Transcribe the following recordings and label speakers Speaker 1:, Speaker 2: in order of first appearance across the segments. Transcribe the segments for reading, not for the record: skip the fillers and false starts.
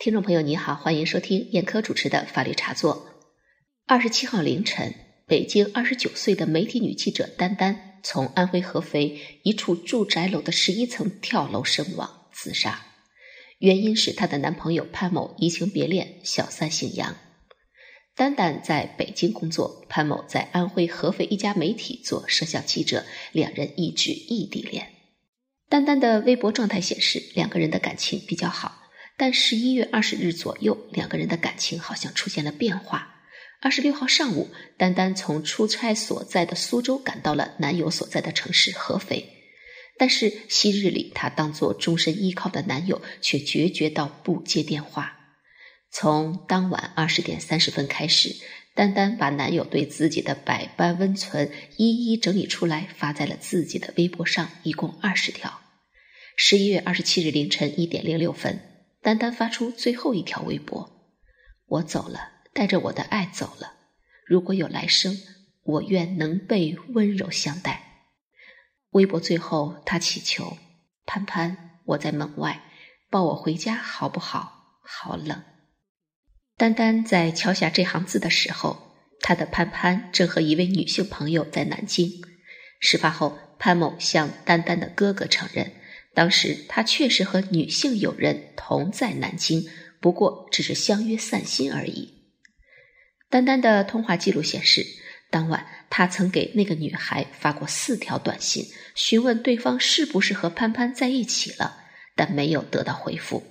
Speaker 1: 听众朋友你好，欢迎收听燕科主持的法律茶座。27号凌晨，北京29岁的媒体女记者丹丹从安徽合肥一处住宅楼的11层跳楼身亡自杀，原因是她的男朋友潘某移情别恋，小三姓杨。丹丹在北京工作，潘某在安徽合肥一家媒体做摄像记者，两人一直异地恋。丹丹的微博状态显示两个人的感情比较好，但11月20日左右，两个人的感情好像出现了变化。26号上午，丹丹从出差所在的苏州赶到了男友所在的城市合肥，但是昔日里她当作终身依靠的男友却决绝到不接电话。从当晚20点30分开始，丹丹把男友对自己的百般温存一一整理出来，发在了自己的微博上，一共20条。11月27日凌晨1点06分，丹丹发出最后一条微博：我走了，带着我的爱走了，如果有来生，我愿能被温柔相待。微博最后他祈求：潘潘，我在门外，抱我回家好不好？好冷。丹丹在敲下这行字的时候，她的潘潘正和一位女性朋友在南京。事发后，潘某向丹丹的哥哥承认，当时他确实和女性友人同在南京，不过只是相约散心而已。丹丹的通话记录显示，当晚他曾给那个女孩发过4条短信，询问对方是不是和潘潘在一起了，但没有得到回复。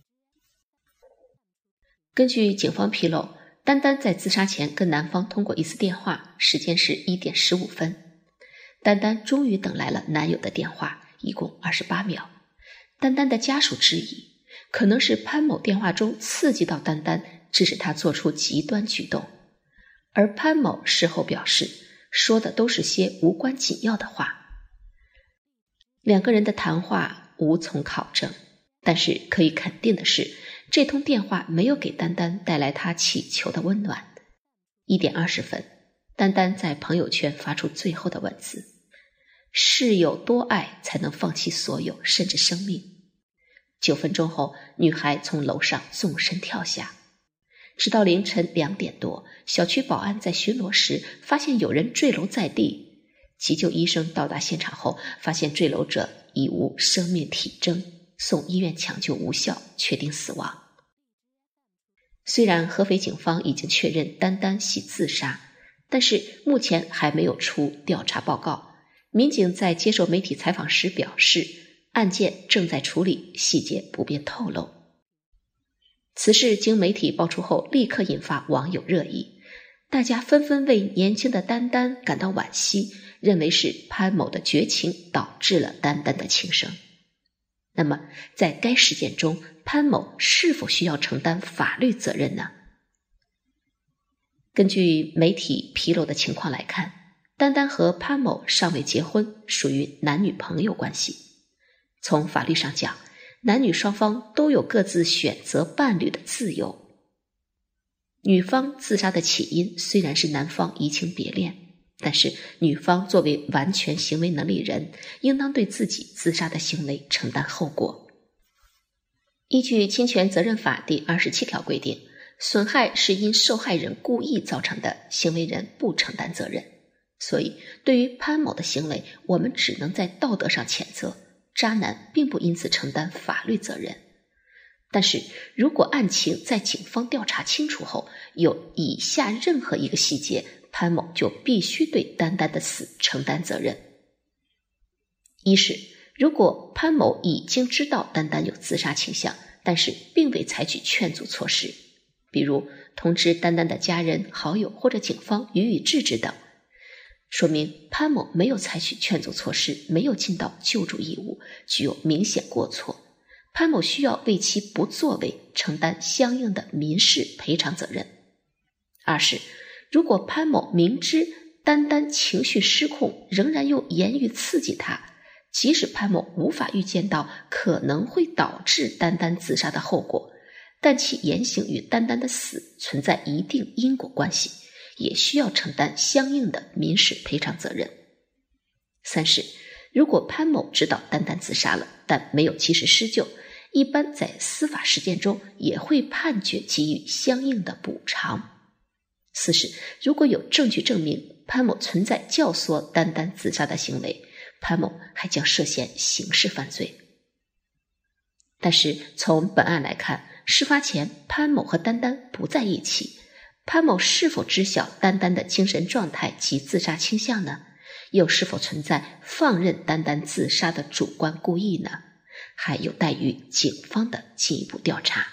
Speaker 1: 根据警方披露，丹丹在自杀前跟男方通过一次电话，时间是1点15分。丹丹终于等来了男友的电话，一共28秒。丹丹的家属质疑，可能是潘某电话中刺激到丹丹，致使他做出极端举动。而潘某事后表示，说的都是些无关紧要的话。两个人的谈话无从考证，但是可以肯定的是，这通电话没有给丹丹带来她祈求的温暖。1点20分，丹丹在朋友圈发出最后的文字：是有多爱才能放弃所有，甚至生命。9分钟后，女孩从楼上纵身跳下。直到凌晨2点多，小区保安在巡逻时发现有人坠楼在地，急救医生到达现场后，发现坠楼者已无生命体征，送医院抢救无效，确定死亡。虽然合肥警方已经确认丹丹系自杀，但是目前还没有出调查报告。民警在接受媒体采访时表示，案件正在处理，细节不便透露。此事经媒体爆出后，立刻引发网友热议，大家纷纷为年轻的丹丹感到惋惜，认为是潘某的绝情导致了丹丹的轻生。那么在该事件中，潘某是否需要承担法律责任呢？根据媒体披露的情况来看，丹丹和潘某尚未结婚，属于男女朋友关系。从法律上讲，男女双方都有各自选择伴侣的自由。女方自杀的起因虽然是男方移情别恋，但是女方作为完全行为能力人，应当对自己自杀的行为承担后果。依据侵权责任法第27条规定，损害是因受害人故意造成的，行为人不承担责任。所以对于潘某的行为，我们只能在道德上谴责，渣男并不因此承担法律责任。但是如果案情在警方调查清楚后，有以下任何一个细节，潘某就必须对丹丹的死承担责任。一是，如果潘某已经知道丹丹有自杀倾向，但是并未采取劝阻措施，比如通知丹丹的家人、好友或者警方予以制止等，说明潘某没有采取劝阻措施，没有尽到救助义务，具有明显过错。潘某需要为其不作为承担相应的民事赔偿责任。二是，如果潘某明知丹丹情绪失控，仍然用言语刺激他，即使潘某无法预见到可能会导致丹丹自杀的后果，但其言行与丹丹的死存在一定因果关系，也需要承担相应的民事赔偿责任。三是，如果潘某知道丹丹自杀了，但没有及时施救， 一般在司法实践中也会判决给予相应的补偿。四是，如果有证据证明潘某存在教唆丹丹自杀的行为，潘某还将涉嫌刑事犯罪。但是从本案来看，事发前潘某和丹丹不在一起，潘某是否知晓丹丹的精神状态及自杀倾向呢？又是否存在放任丹丹自杀的主观故意呢？还有待于警方的进一步调查。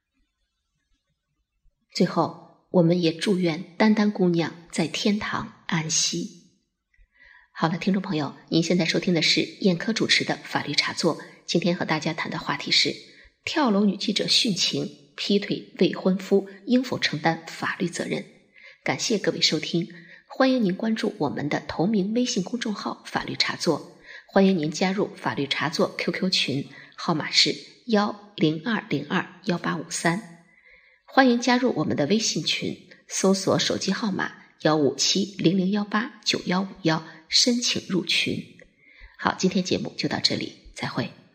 Speaker 1: 最后，我们也祝愿丹丹姑娘在天堂安息。好了，听众朋友，您现在收听的是燕科主持的法律茶座，今天和大家谈的话题是跳楼女记者殉情，劈腿未婚夫应否承担法律责任？感谢各位收听，欢迎您关注我们的同名微信公众号法律茶座，欢迎您加入法律茶座 QQ 群，号码是102021853，欢迎加入我们的微信群，搜索手机号码15700189151申请入群。好，今天节目就到这里，再会。